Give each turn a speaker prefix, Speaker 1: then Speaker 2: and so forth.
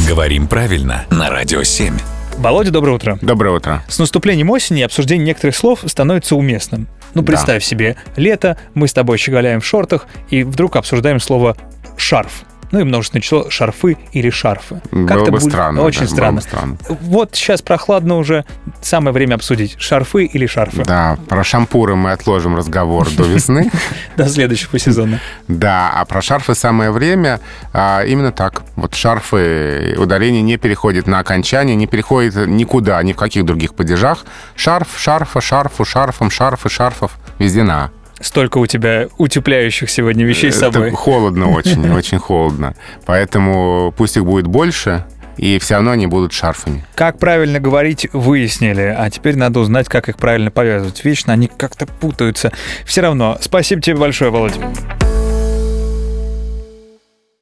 Speaker 1: Говорим правильно на Радио 7.
Speaker 2: Володя, доброе утро.
Speaker 3: Доброе утро.
Speaker 2: С наступлением осени обсуждение некоторых слов становится уместным. Представь себе, лето, мы с тобой щеголяем в шортах, и вдруг обсуждаем слово «шарф». И множественное число шарфы или шарфы.
Speaker 3: Было бы странно.
Speaker 2: Очень странно. Вот сейчас прохладно уже, самое время обсудить, шарфы или шарфы.
Speaker 3: Да, про шампуры мы отложим разговор до весны.
Speaker 2: До следующего сезона.
Speaker 3: Да, а про шарфы самое время. Именно так. Вот шарфы, ударение не переходит на окончание, не переходит никуда, ни в каких других падежах. Шарф, шарфа, шарфу, шарфом, шарфы, шарфов. Везде на.
Speaker 2: Столько у тебя утепляющих сегодня вещей с собой.
Speaker 3: Это холодно очень, очень холодно. Поэтому пусть их будет больше, и все равно они будут шарфами.
Speaker 2: Как правильно говорить, выяснили. А теперь надо узнать, как их правильно повязывать. Вечно они как-то путаются. Все равно, спасибо тебе большое, Володя.